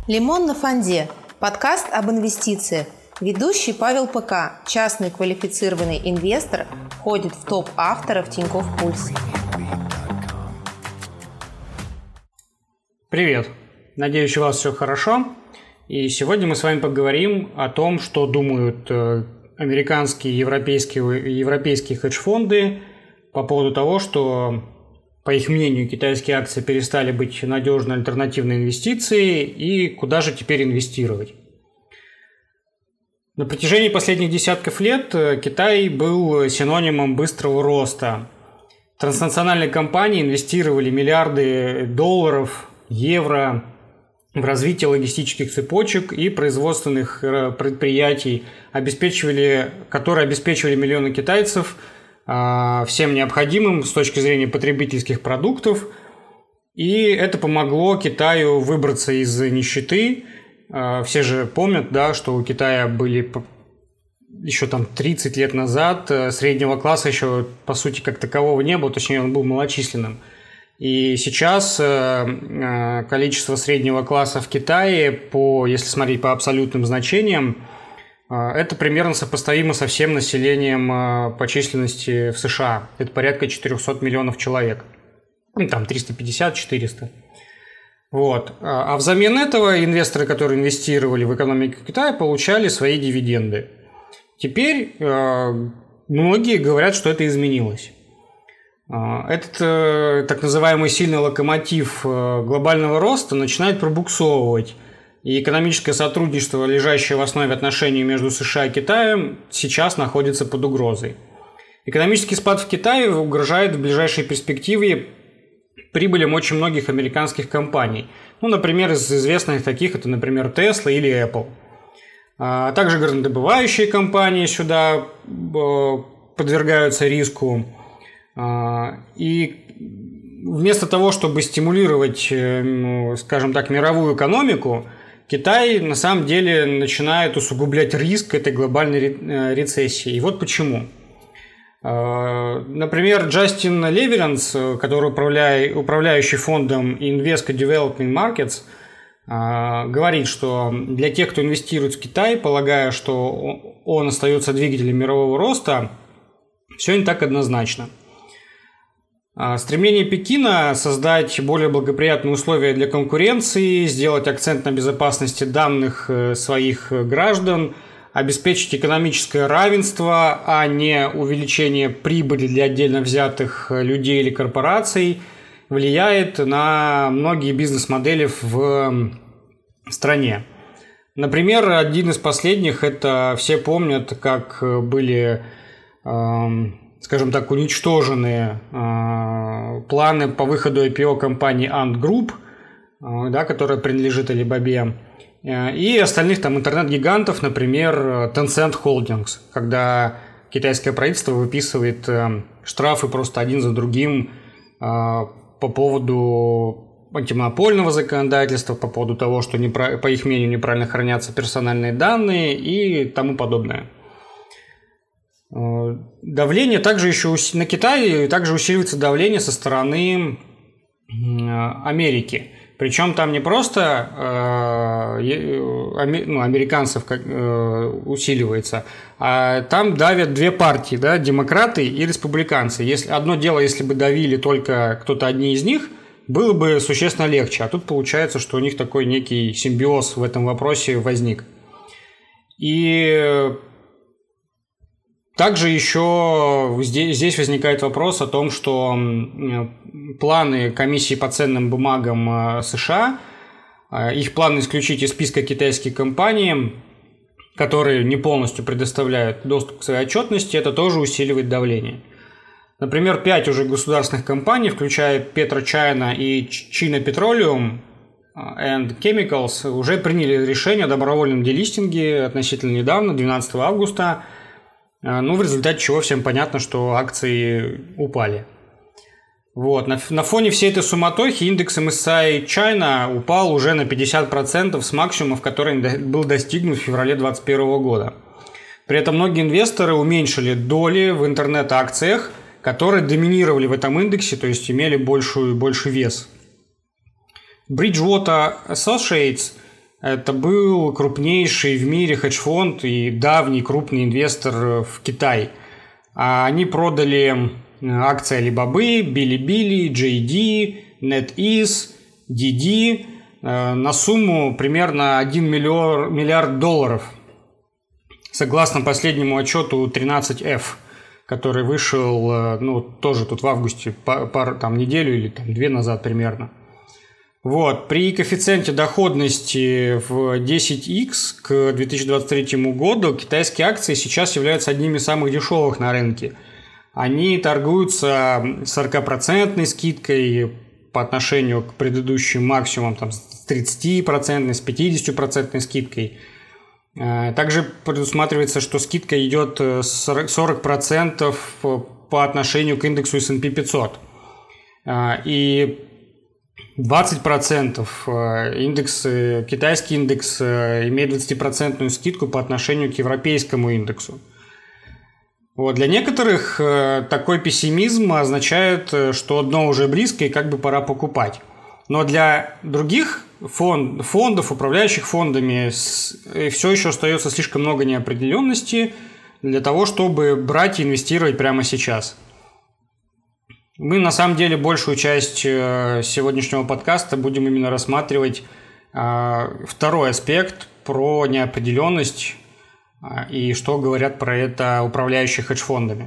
Лимон на фонде. Подкаст об инвестициях. Ведущий Павел ПК, частный квалифицированный инвестор, входит в топ авторов Тинькофф Пульс. Привет! Надеюсь, у вас все хорошо. И сегодня мы с вами поговорим о том, что думают американские и европейские хедж-фонды по поводу того, что, по их мнению, китайские акции перестали быть надежной альтернативной инвестицией и куда же теперь инвестировать. На протяжении последних десятков лет Китай был синонимом быстрого роста. Транснациональные компании инвестировали миллиарды долларов, евро в развитие логистических цепочек и производственных предприятий, которые обеспечивали миллионы китайцев всем необходимым с точки зрения потребительских продуктов. И это помогло Китаю выбраться из нищеты. Все же помнят, да, что у Китая были еще 30 лет назад, среднего класса еще по сути как такового не было, точнее он был малочисленным. И сейчас количество среднего класса в Китае, если смотреть по абсолютным значениям, это примерно сопоставимо со всем населением по численности в США. Это порядка 400 миллионов человек. 350-400. Вот. А взамен этого инвесторы, которые инвестировали в экономику Китая, получали свои дивиденды. Теперь многие говорят, что это изменилось. Этот так называемый сильный локомотив глобального роста начинает пробуксовывать. И экономическое сотрудничество, лежащее в основе отношений между США и Китаем, сейчас находится под угрозой. Экономический спад в Китае угрожает в ближайшей перспективе прибылям очень многих американских компаний. Например, из известных таких это, например, Tesla или Apple. Также горнодобывающие компании сюда подвергаются риску. И вместо того, чтобы стимулировать, скажем так, мировую экономику, Китай на самом деле начинает усугублять риск этой глобальной рецессии. И вот почему. Например, Джастин Леверанс, который управляющий фондом Invesco Developing Markets, говорит, что для тех, кто инвестирует в Китай, полагая, что он остается двигателем мирового роста, все не так однозначно. Стремление Пекина создать более благоприятные условия для конкуренции, сделать акцент на безопасности данных своих граждан, обеспечить экономическое равенство, а не увеличение прибыли для отдельно взятых людей или корпораций, влияет на многие бизнес-модели в стране. Например, один из последних, это все помнят, как были, скажем так, уничтожены планы по выходу IPO компании Ant Group, да, которая принадлежит Alibaba, и остальных интернет-гигантов, например, Tencent Holdings, когда китайское правительство выписывает штрафы просто один за другим по поводу антимонопольного законодательства, по поводу того, что, по их мнению, неправильно хранятся персональные данные и тому подобное. Давление также еще на Китай, также усиливается давление со стороны Америки. Причем там не просто американцев усиливается, а там давят две партии, да, демократы и республиканцы. Одно дело, если бы давили только кто-то одни из них, было бы существенно легче. А тут получается, что у них такой некий симбиоз в этом вопросе возник. И также еще здесь возникает вопрос о том, что планы комиссии по ценным бумагам США, их планы исключить из списка китайских компаний, которые не полностью предоставляют доступ к своей отчетности, это тоже усиливает давление. Например, 5 уже государственных компаний, включая PetroChina и China Petroleum and Chemicals, уже приняли решение о добровольном делистинге относительно недавно, 12 августа, в результате чего всем понятно, что акции упали. Вот. На фоне всей этой суматохи индекс MSCI China упал уже на 50% с максимумов, который был достигнут в феврале 2021 года. При этом многие инвесторы уменьшили доли в интернет-акциях, которые доминировали в этом индексе, то есть имели больший вес. Bridgewater Associates Это был крупнейший в мире хедж-фонд и давний крупный инвестор в Китай. Они продали акции Alibaba, Bilibili, JD, NetEase, DiDi на сумму примерно $1 миллиард, согласно последнему отчету 13F, который вышел, тоже тут в августе, неделю или две назад примерно. Вот, при коэффициенте доходности в 10x к 2023 году китайские акции сейчас являются одними из самых дешевых на рынке. Они торгуются 40% скидкой по отношению к предыдущим максимумам, с 30%, с 50% скидкой. Также предусматривается, что скидка идет 40% по отношению к индексу S&P 500. И 20% китайский индекс имеет 20% скидку по отношению к европейскому индексу. Вот. Для некоторых такой пессимизм означает, что дно уже близко и пора покупать. Но для других фондов, управляющих фондами, все еще остается слишком много неопределенности для того, чтобы брать и инвестировать прямо сейчас. Мы, на самом деле, большую часть сегодняшнего подкаста будем именно рассматривать второй аспект про неопределенность и что говорят про это управляющие хедж-фондами.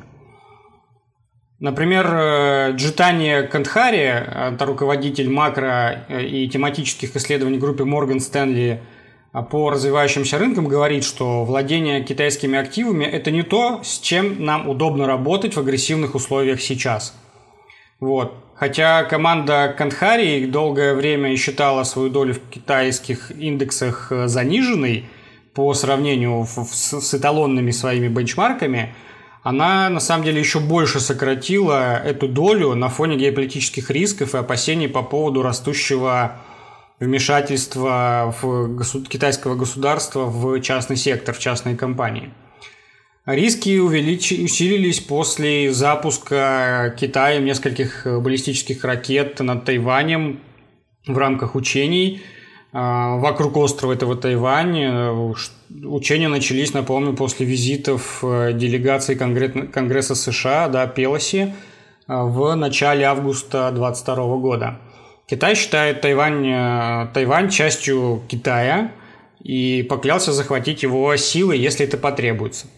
Например, Джитани Кандхари, это руководитель макро и тематических исследований группы Morgan Stanley по развивающимся рынкам, говорит, что владение китайскими активами – это не то, с чем нам удобно работать в агрессивных условиях сейчас. Вот. Хотя команда Кандхари долгое время считала свою долю в китайских индексах заниженной по сравнению с эталонными своими бенчмарками, она на самом деле еще больше сократила эту долю на фоне геополитических рисков и опасений по поводу растущего вмешательства китайского государства в частный сектор, в частные компании. Риски усилились после запуска Китаем нескольких баллистических ракет над Тайванем в рамках учений вокруг острова этого Тайвань. Учения начались, напомню, после визитов делегации Конгресса США, Пелоси, в начале августа 2022 года. Китай считает Тайвань частью Китая и поклялся захватить его силой, если это потребуется.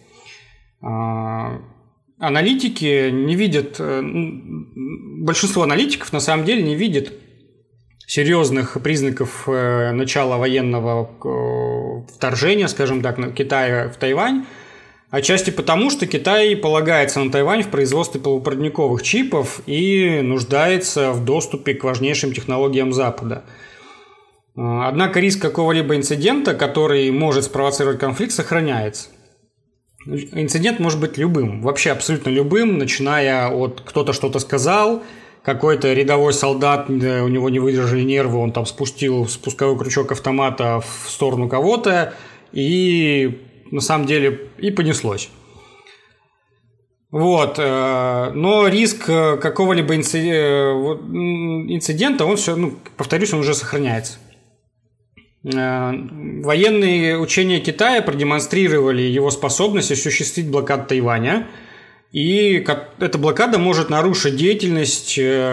Аналитики не видят, большинство аналитиков на самом деле не видят серьезных признаков начала военного вторжения, скажем так, Китая в Тайвань, отчасти потому, что Китай полагается на Тайвань в производстве полупроводниковых чипов и нуждается в доступе к важнейшим технологиям Запада. Однако риск какого-либо инцидента, который может спровоцировать конфликт, сохраняется. Инцидент может быть любым, вообще абсолютно любым, начиная от кто-то что-то сказал, какой-то рядовой солдат, у него не выдержали нервы, он спустил спусковой крючок автомата в сторону кого-то, и на самом деле и понеслось. Вот. Но риск какого-либо инцидента, он все, повторюсь, он уже сохраняется. Военные учения Китая продемонстрировали его способность осуществить блокаду Тайваня, и эта блокада может нарушить деятельность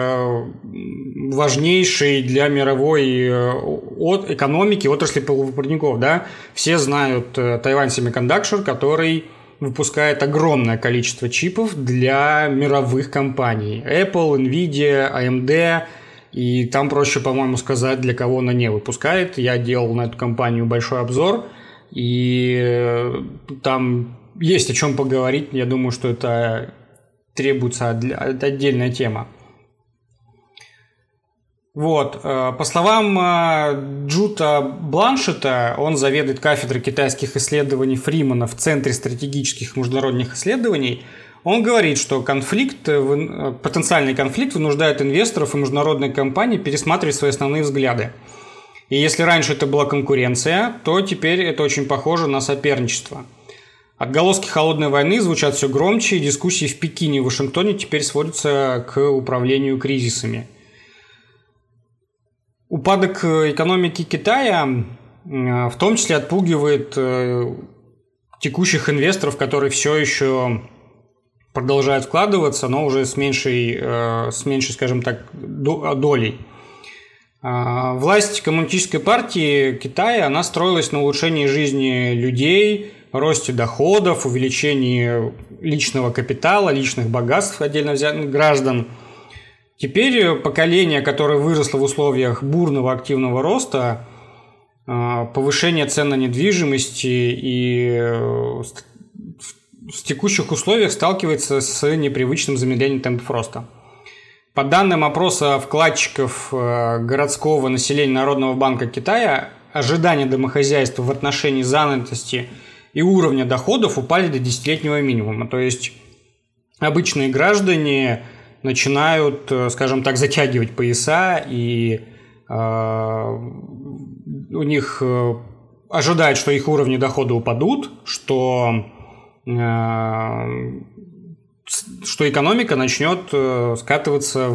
важнейшей для мировой экономики отрасли полупроводников. Все знают Taiwan Semiconductor, который выпускает огромное количество чипов для мировых компаний. Apple, Nvidia, AMD. И там проще, по-моему, сказать, для кого она не выпускает. Я делал на эту компанию большой обзор, и там есть о чем поговорить. Я думаю, что это требуется отдельная тема. Вот. По словам Джута Бланшета, он заведует кафедрой китайских исследований Фримана в Центре стратегических международных исследований. Он говорит, что потенциальный конфликт вынуждает инвесторов и международные компании пересматривать свои основные взгляды. И если раньше это была конкуренция, то теперь это очень похоже на соперничество. Отголоски холодной войны звучат все громче, и дискуссии в Пекине и Вашингтоне теперь сводятся к управлению кризисами. Упадок экономики Китая в том числе отпугивает текущих инвесторов, которые все еще продолжают вкладываться, но уже с меньшей, скажем так, долей. Власть Коммунистической партии Китая, она строилась на улучшении жизни людей, росте доходов, увеличении личного капитала, личных богатств отдельно взятых граждан. Теперь поколение, которое выросло в условиях бурного активного роста, повышения цен на недвижимость и в текущих условиях сталкивается с непривычным замедлением темпов роста. По данным опроса вкладчиков городского населения Народного банка Китая, ожидания домохозяйства в отношении занятости и уровня доходов упали до 10-летнего минимума. То есть обычные граждане начинают, скажем так, затягивать пояса, и у них ожидают, что их уровни дохода упадут, что экономика начнет скатываться.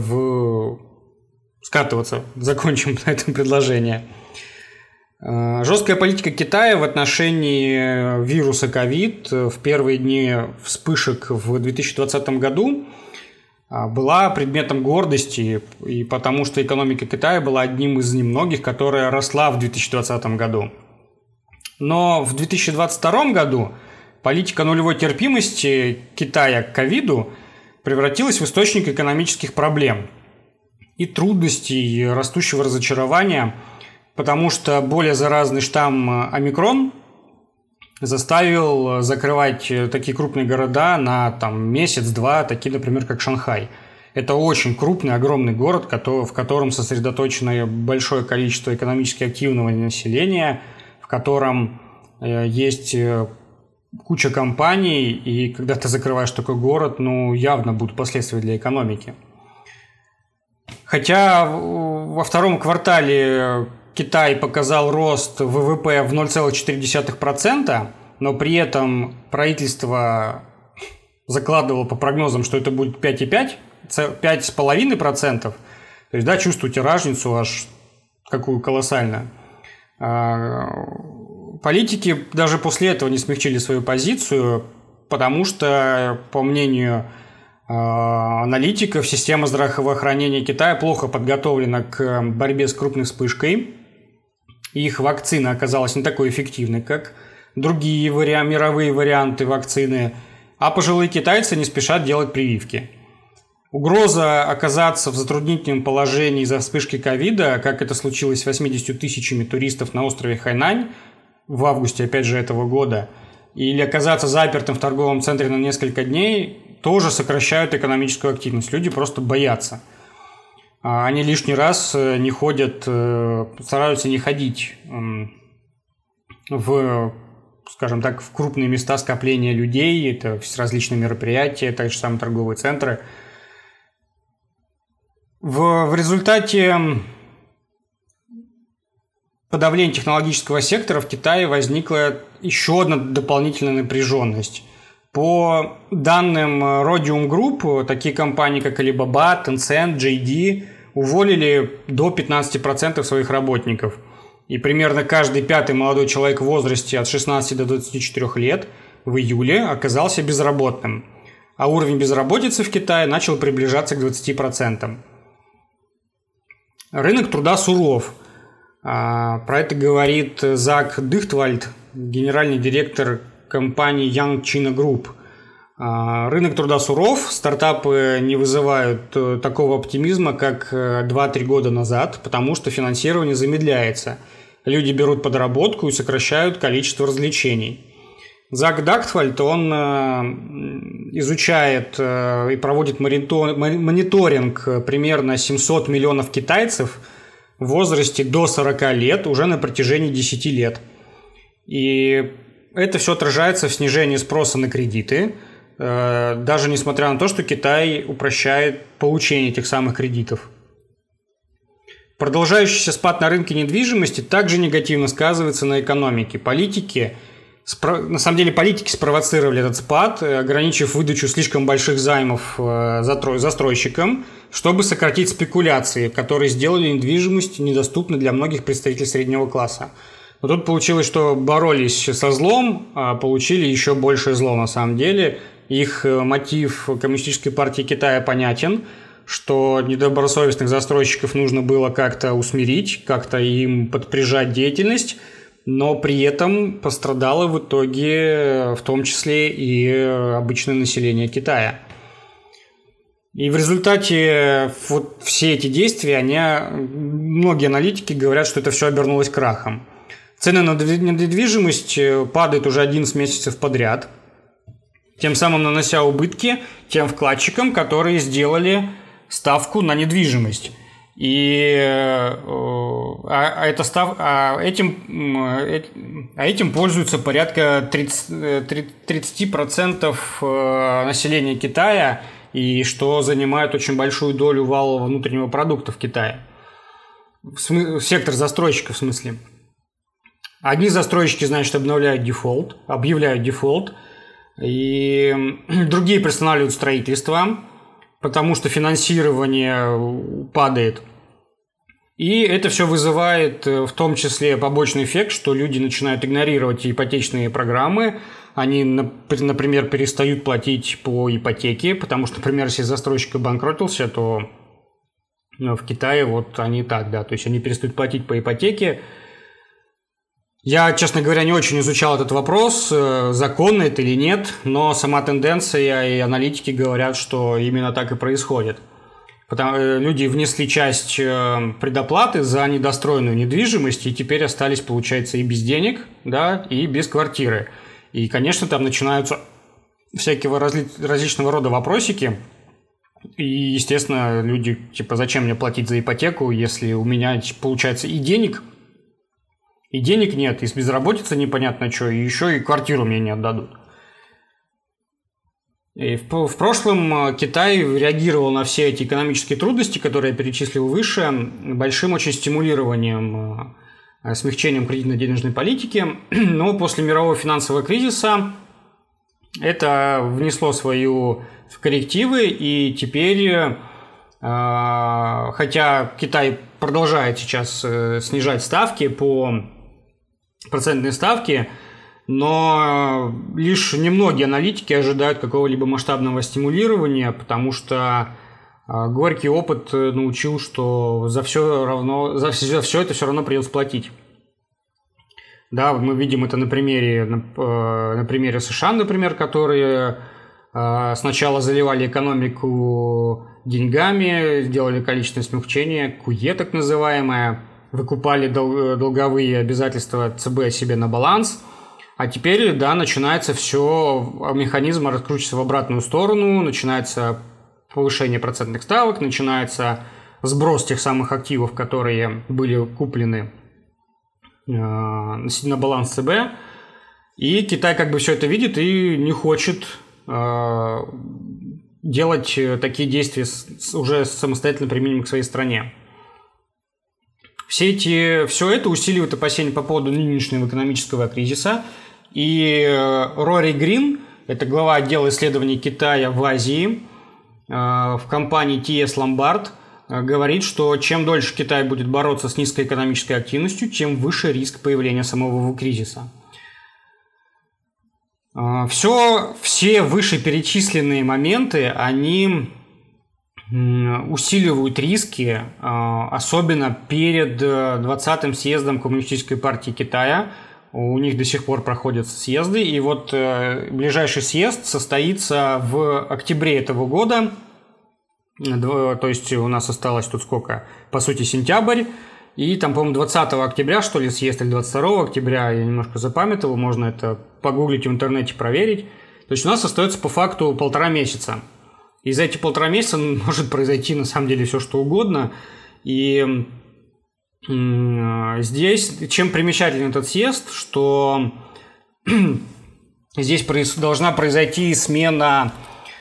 Закончим на этом предложение. Жесткая политика Китая в отношении вируса COVID в первые дни вспышек в 2020 году была предметом гордости, и потому что экономика Китая была одним из немногих, которая росла в 2020 году. Но в 2022 году политика нулевой терпимости Китая к ковиду превратилась в источник экономических проблем и трудностей, и растущего разочарования, потому что более заразный штамм омикрон заставил закрывать такие крупные города на месяц-два, такие, например, как Шанхай. Это очень крупный, огромный город, в котором сосредоточено большое количество экономически активного населения, в котором есть куча компаний, и когда ты закрываешь такой город, явно будут последствия для экономики. Хотя во втором квартале Китай показал рост ВВП в 0,4%, но при этом правительство закладывало по прогнозам, что это будет 5,5%. То есть, да, чувствуете разницу аж какую колоссальную. Политики даже после этого не смягчили свою позицию, потому что, по мнению аналитиков, система здравоохранения Китая плохо подготовлена к борьбе с крупной вспышкой. Их вакцина оказалась не такой эффективной, как другие мировые варианты вакцины, а пожилые китайцы не спешат делать прививки. Угроза оказаться в затруднительном положении из-за вспышки ковида, как это случилось с 80 тысячами туристов на острове Хайнань в августе, опять же, этого года, или оказаться запертым в торговом центре на несколько дней, тоже сокращают экономическую активность. Люди просто боятся. Они лишний раз не ходят, стараются не ходить в, скажем так, в крупные места скопления людей, это различные мероприятия, также самые торговые центры. В результате подавления технологического сектора в Китае возникла еще одна дополнительная напряженность. По данным Rhodium Group, такие компании, как Alibaba, Tencent, JD, уволили до 15% своих работников. И примерно каждый пятый молодой человек в возрасте от 16 до 24 лет в июле оказался безработным. А уровень безработицы в Китае начал приближаться к 20%. Рынок труда суров. Про это говорит Зак Дыхтвальд, генеральный директор компании Young China Group. Рынок труда суров, стартапы не вызывают такого оптимизма, как 2-3 года назад, потому что финансирование замедляется. Люди берут подработку и сокращают количество развлечений. Зак Дыхтвальд, он изучает и проводит мониторинг примерно 700 миллионов китайцев в возрасте до 40 лет уже на протяжении 10 лет. И это все отражается в снижении спроса на кредиты, даже несмотря на то, что Китай упрощает получение этих самых кредитов. Продолжающийся спад на рынке недвижимости также негативно сказывается на экономике. Политики спровоцировали этот спад, ограничив выдачу слишком больших займов застройщикам, чтобы сократить спекуляции, которые сделали недвижимость недоступной для многих представителей среднего класса. Вот тут получилось, что боролись со злом, а получили еще большее зло на самом деле. Их мотив Коммунистической партии Китая понятен, что недобросовестных застройщиков нужно было как-то усмирить, как-то им подприжать деятельность, но при этом пострадало в итоге в том числе и обычное население Китая. И в результате вот все эти действия, многие аналитики говорят, что это все обернулось крахом. Цены на недвижимость падают уже 11 месяцев подряд, тем самым нанося убытки тем вкладчикам, которые сделали ставку на недвижимость. И этим пользуются порядка 30% населения Китая, и что занимает очень большую долю валового внутреннего продукта в Китае. Сектор застройщиков в смысле. Одни застройщики, значит, объявляют дефолт, и другие приостанавливают строительство, потому что финансирование падает. И это все вызывает в том числе побочный эффект, что люди начинают игнорировать ипотечные программы. Они, например, перестают платить по ипотеке, потому что, например, если застройщик обанкротился, то в Китае вот они так, да, то есть они перестают платить по ипотеке. Я, честно говоря, не очень изучал этот вопрос, законно это или нет, но сама тенденция и аналитики говорят, что именно так и происходит. Люди внесли часть предоплаты за недостроенную недвижимость и теперь остались, получается, и без денег, да, и без квартиры. И, конечно, там начинаются всякого различного рода вопросики. И, естественно, люди, типа, зачем мне платить за ипотеку, если у меня, получается, и денег нет, и с безработицей непонятно что, и еще и квартиру мне не отдадут. И в прошлом Китай реагировал на все эти экономические трудности, которые я перечислил выше, большим очень стимулированием, смягчением кредитно-денежной политики. Но после мирового финансового кризиса это внесло свои коррективы, и теперь, хотя Китай продолжает сейчас снижать процентные ставки, но лишь немногие аналитики ожидают какого-либо масштабного стимулирования, потому что горький опыт научил, что за все это все равно придется платить. Да, мы видим это на примере США, например, которые сначала заливали экономику деньгами, делали количественное смягчение, КУЕ так называемое, выкупали долговые обязательства ЦБ себе на баланс. А теперь, да, начинается все, механизм раскручивается в обратную сторону, начинается повышение процентных ставок, начинается сброс тех самых активов, которые были куплены на баланс ЦБ. И Китай как бы все это видит и не хочет делать такие действия уже самостоятельно применимые к своей стране. Все это усиливает опасения по поводу нынешнего экономического кризиса. И Рори Грин, это глава отдела исследований Китая в Азии в компании TS Lombard, говорит, что чем дольше Китай будет бороться с низкой экономической активностью, тем выше риск появления самого кризиса. Все вышеперечисленные моменты, они усиливают риски, особенно перед 20-м съездом Коммунистической партии Китая. У них до сих пор проходят съезды, и вот ближайший съезд состоится в октябре этого года, то есть у нас осталось тут сколько? По сути, сентябрь, и там, по-моему, 20 октября, что ли, съезд, или 22 октября, я немножко запамятовал, можно это погуглить в интернете, проверить. То есть у нас остается по факту 1,5 месяца. И за эти 1,5 месяца может произойти на самом деле все, что угодно. И здесь, чем примечателен этот съезд, что здесь должна произойти смена...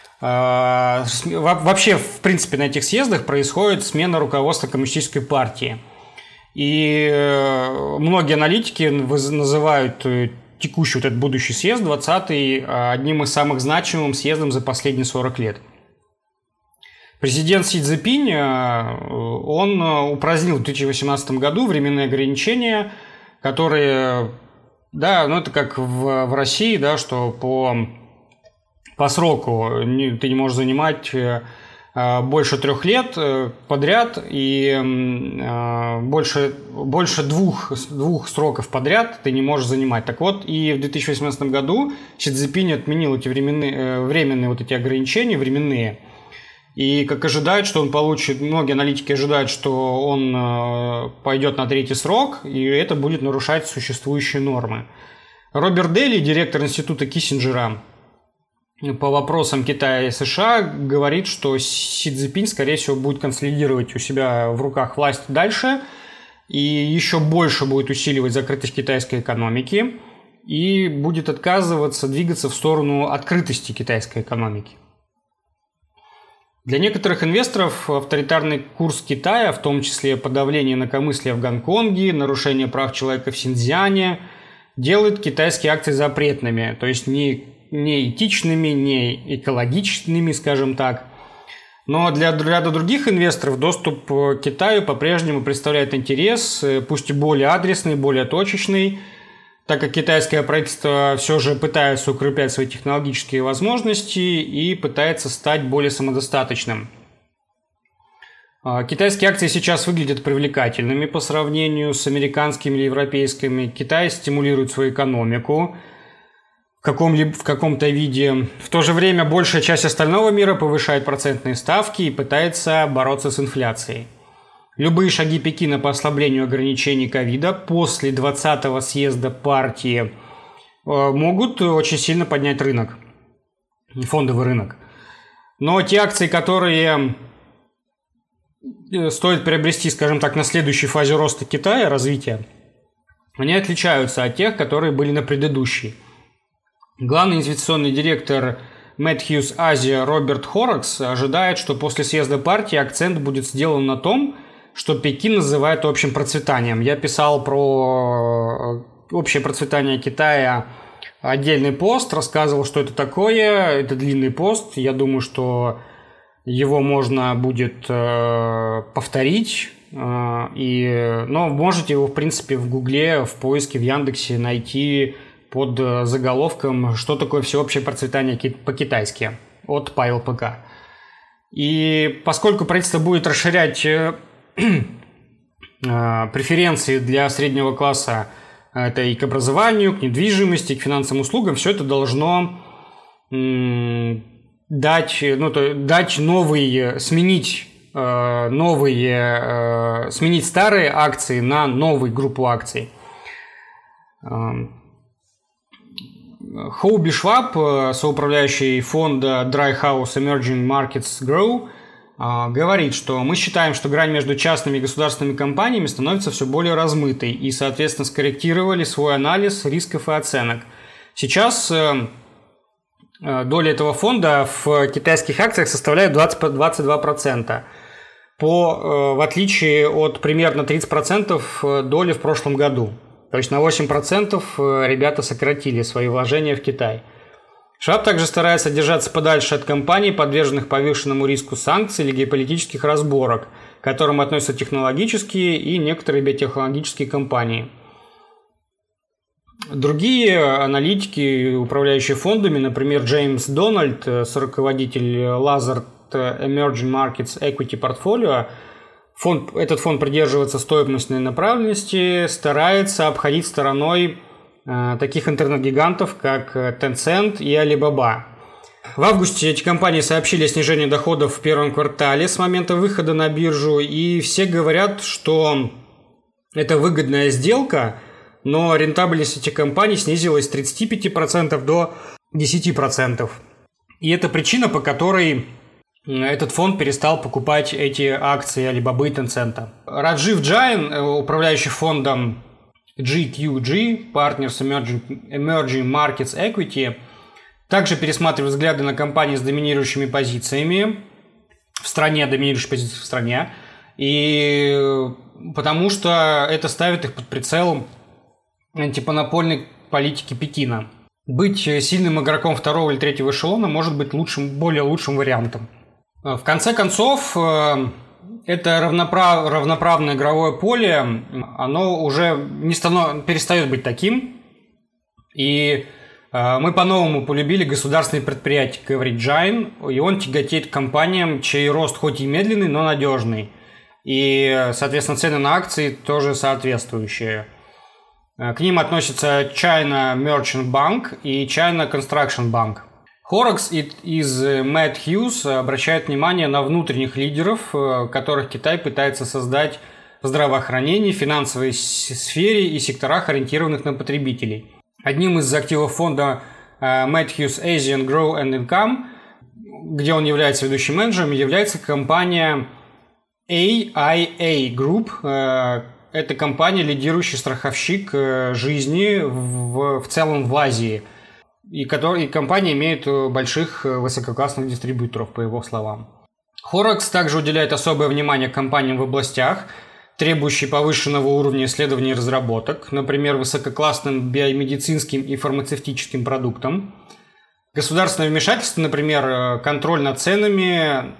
Вообще, в принципе, на этих съездах происходит смена руководства Коммунистической партии. И многие аналитики называют текущий вот этот будущий съезд, 20-й, одним из самых значимых съездов за последние 40 лет. Президент Си Цзиньпинь, он упразднил в 2018 году временные ограничения которые, да, ну это как в России, да, что по сроку ты не можешь занимать больше 3 лет подряд и больше двух сроков подряд ты не можешь занимать. Так вот, и в 2018 году Си Цзиньпинь отменил эти временные вот эти ограничения, временные. И как ожидают, что он получит, многие аналитики ожидают, что он пойдет на 3-й срок, и это будет нарушать существующие нормы. Роберт Дейли, директор института Киссинджера по вопросам Китая и США, говорит, что Си Цзиньпинь, скорее всего, будет консолидировать у себя в руках власть дальше и еще больше будет усиливать закрытость китайской экономики и будет отказываться двигаться в сторону открытости китайской экономики. Для некоторых инвесторов авторитарный курс Китая, в том числе подавление инакомыслия в Гонконге, нарушение прав человека в Синьцзяне, делает китайские акции запретными, то есть не этичными, не экологичными, скажем так. Но для ряда других инвесторов доступ к Китаю по-прежнему представляет интерес, пусть и более адресный, более точечный, так как китайское правительство все же пытается укреплять свои технологические возможности и пытается стать более самодостаточным. Китайские акции сейчас выглядят привлекательными по сравнению с американскими или европейскими. Китай стимулирует свою экономику в каком-то виде. В то же время большая часть остального мира повышает процентные ставки и пытается бороться с инфляцией. Любые шаги Пекина по ослаблению ограничений ковида после 20-го съезда партии могут очень сильно поднять рынок, фондовый рынок. Но те акции, которые стоит приобрести, скажем так, на следующей фазе роста Китая, развития, они отличаются от тех, которые были на предыдущей. Главный инвестиционный директор Matthews Asia Роберт Хоррокс ожидает, что после съезда партии акцент будет сделан на том, что Пекин называет общим процветанием. Я писал про общее процветание Китая отдельный пост, рассказывал, что это такое. Это длинный пост. Я думаю, что его можно будет повторить. Но можете его, в принципе, в Гугле, в поиске, в Яндексе найти под заголовком «Что такое всеобщее процветание по-китайски» от Павел ПК. И поскольку правительство будет расширять преференции для среднего класса, это и к образованию, к недвижимости, к финансовым услугам, все это должно сменить старые акции на новую группу акций. Хоуби Шваб, соуправляющий фонда Dry House Emerging Markets Grow, говорит, что мы считаем, что грань между частными и государственными компаниями становится все более размытой и, соответственно, скорректировали свой анализ рисков и оценок. Сейчас доля этого фонда в китайских акциях составляет 22%, в отличие от примерно 30% доли в прошлом году. То есть на 8% ребята сократили свои вложения в Китай. Шваб также старается держаться подальше от компаний, подверженных повышенному риску санкций или геополитических разборок, к которым относятся технологические и некоторые биотехнологические компании. Другие аналитики, управляющие фондами, например, Джеймс Дональд, руководитель Lazard Emerging Markets Equity Portfolio, этот фонд придерживается стоимостной направленности, старается обходить стороной таких интернет-гигантов, как Tencent и Alibaba. В августе эти компании сообщили о снижении доходов в первом квартале с момента выхода на биржу, и все говорят, что это выгодная сделка, но рентабельность этих компаний снизилась с 35% до 10%. И это причина, по которой этот фонд перестал покупать эти акции Alibaba и Tencent. Раджив Джайн, управляющий фондом GQG, Partners Emerging Markets Equity, также пересматривает взгляды на компании с доминирующими позициями в стране, и потому что это ставит их под прицел антимонопольной политики Пекина. Быть сильным игроком второго или третьего эшелона может быть более лучшим вариантом. В конце концов, Это равноправное игровое поле, оно уже перестает быть таким. И мы по-новому полюбили государственные предприятия Every Giant, и он тяготеет к компаниям, чей рост хоть и медленный, но надежный. И, соответственно, цены на акции тоже соответствующие. К ним относятся China Merchant Bank и China Construction Bank. Horrocks из Matt Hughes обращает внимание на внутренних лидеров, которых Китай пытается создать в здравоохранении, финансовой сфере и секторах, ориентированных на потребителей. Одним из активов фонда Matt Hughes Asian Grow and Income, где он является ведущим менеджером, является компания AIA Group. Это компания, лидирующий страховщик жизни в целом в Азии. И компания имеет больших высококлассных дистрибьюторов, по его словам. Horrocks также уделяет особое внимание компаниям в областях, требующие повышенного уровня исследований и разработок, например, высококлассным биомедицинским и фармацевтическим продуктам. Государственное вмешательство, например, контроль над ценами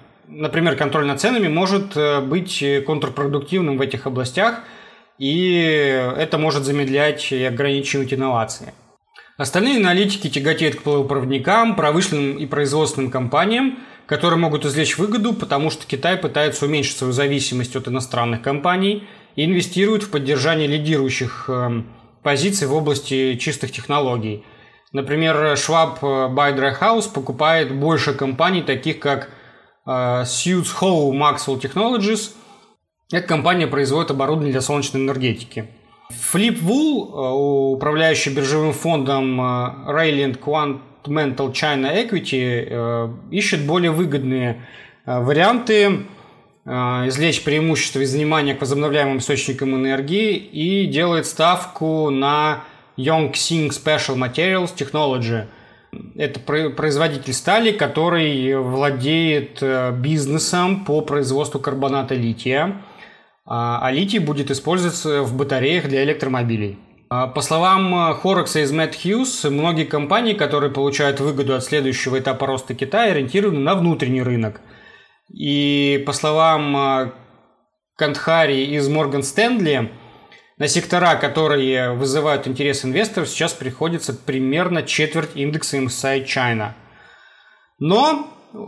может быть контрпродуктивным в этих областях, и это может замедлять и ограничивать инновации. Остальные аналитики тяготеют к полупроводникам, промышленным и производственным компаниям, которые могут извлечь выгоду, потому что Китай пытается уменьшить свою зависимость от иностранных компаний и инвестирует в поддержание лидирующих позиций в области чистых технологий. Например, Schwab Buy Dry House покупает больше компаний, таких как Suits Howe Maxwell Technologies. Эта компания производит оборудование для солнечной энергетики. Flip Wool, управляющий биржевым фондом Rayland Quantmental China Equity, ищет более выгодные варианты извлечь преимущество из внимания к возобновляемым источникам энергии и делает ставку на Yongxing Special Materials Technology. Это производитель стали, который владеет бизнесом по производству карбоната лития. А литий будет использоваться в батареях для электромобилей. По словам Horrocks из Matt Hughes, многие компании, которые получают выгоду от следующего этапа роста Китая, ориентированы на внутренний рынок. И по словам Кандхари из Morgan Stanley, на сектора, которые вызывают интерес инвесторов, сейчас приходится примерно четверть индекса MSCI China. Но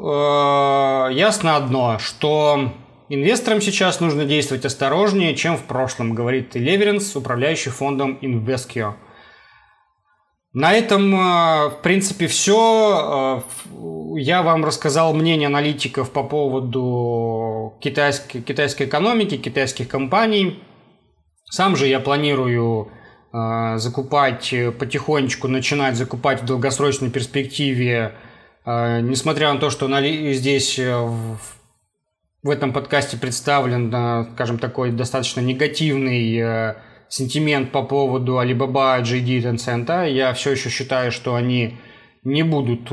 ясно одно, что инвесторам сейчас нужно действовать осторожнее, чем в прошлом, говорит Леверенс, управляющий фондом Invesquio. На этом, в принципе, все. Я вам рассказал мнение аналитиков по поводу китайской экономики, китайских компаний. Сам же я планирую начинать закупать в долгосрочной перспективе, несмотря на то, что здесь в этом подкасте представлен, скажем, такой достаточно негативный сентимент по поводу Alibaba, JD и Tencent. Я все еще считаю, что они не будут,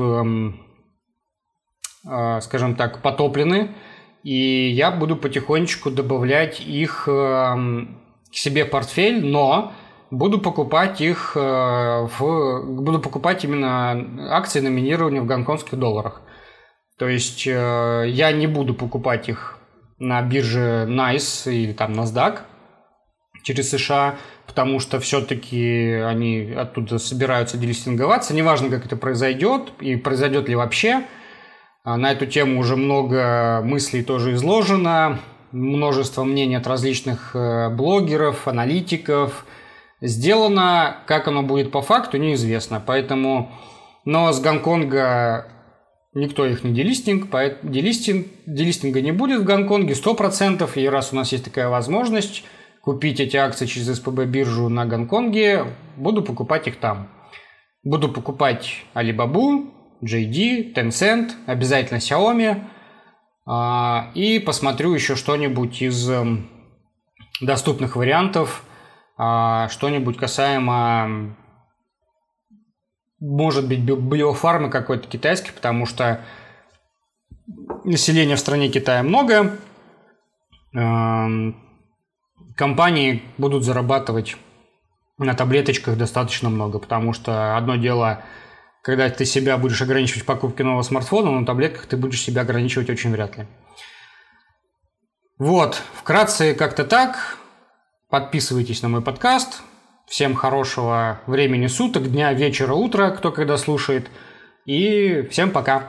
скажем так, потоплены, и я буду потихонечку добавлять их к себе в портфель, но буду покупать именно акции номинирования в гонконгских долларах. То есть я не буду покупать их на бирже NYSE или там NASDAQ через США, потому что все-таки они оттуда собираются делистинговаться. Неважно, как это произойдет и произойдет ли вообще. На эту тему уже много мыслей тоже изложено, множество мнений от различных блогеров, аналитиков сделано. Как оно будет по факту, неизвестно. Поэтому, но с Гонконга никто их не делистинга не будет в Гонконге 100%. И раз у нас есть такая возможность купить эти акции через СПБ биржу на Гонконге, буду покупать их там. Буду покупать Alibaba, JD, Tencent, обязательно Xiaomi. И посмотрю еще что-нибудь из доступных вариантов, что-нибудь касаемо, может быть, биофармы какой-то китайской, потому что населения в стране Китая много, компании будут зарабатывать на таблеточках достаточно много, потому что одно дело, когда ты себя будешь ограничивать в покупке нового смартфона, но на таблетках ты будешь себя ограничивать очень вряд ли. Вот, вкратце как-то так. Подписывайтесь на мой подкаст. Всем хорошего времени суток, дня, вечера, утра, кто когда слушает. И всем пока.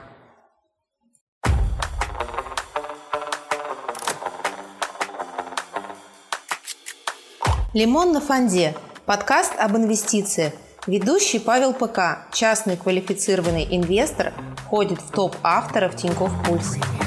«Лимон на фонде» – подкаст об инвестициях. Ведущий Павел ПК, частный квалифицированный инвестор, входит в топ авторов Тинькофф Пульс.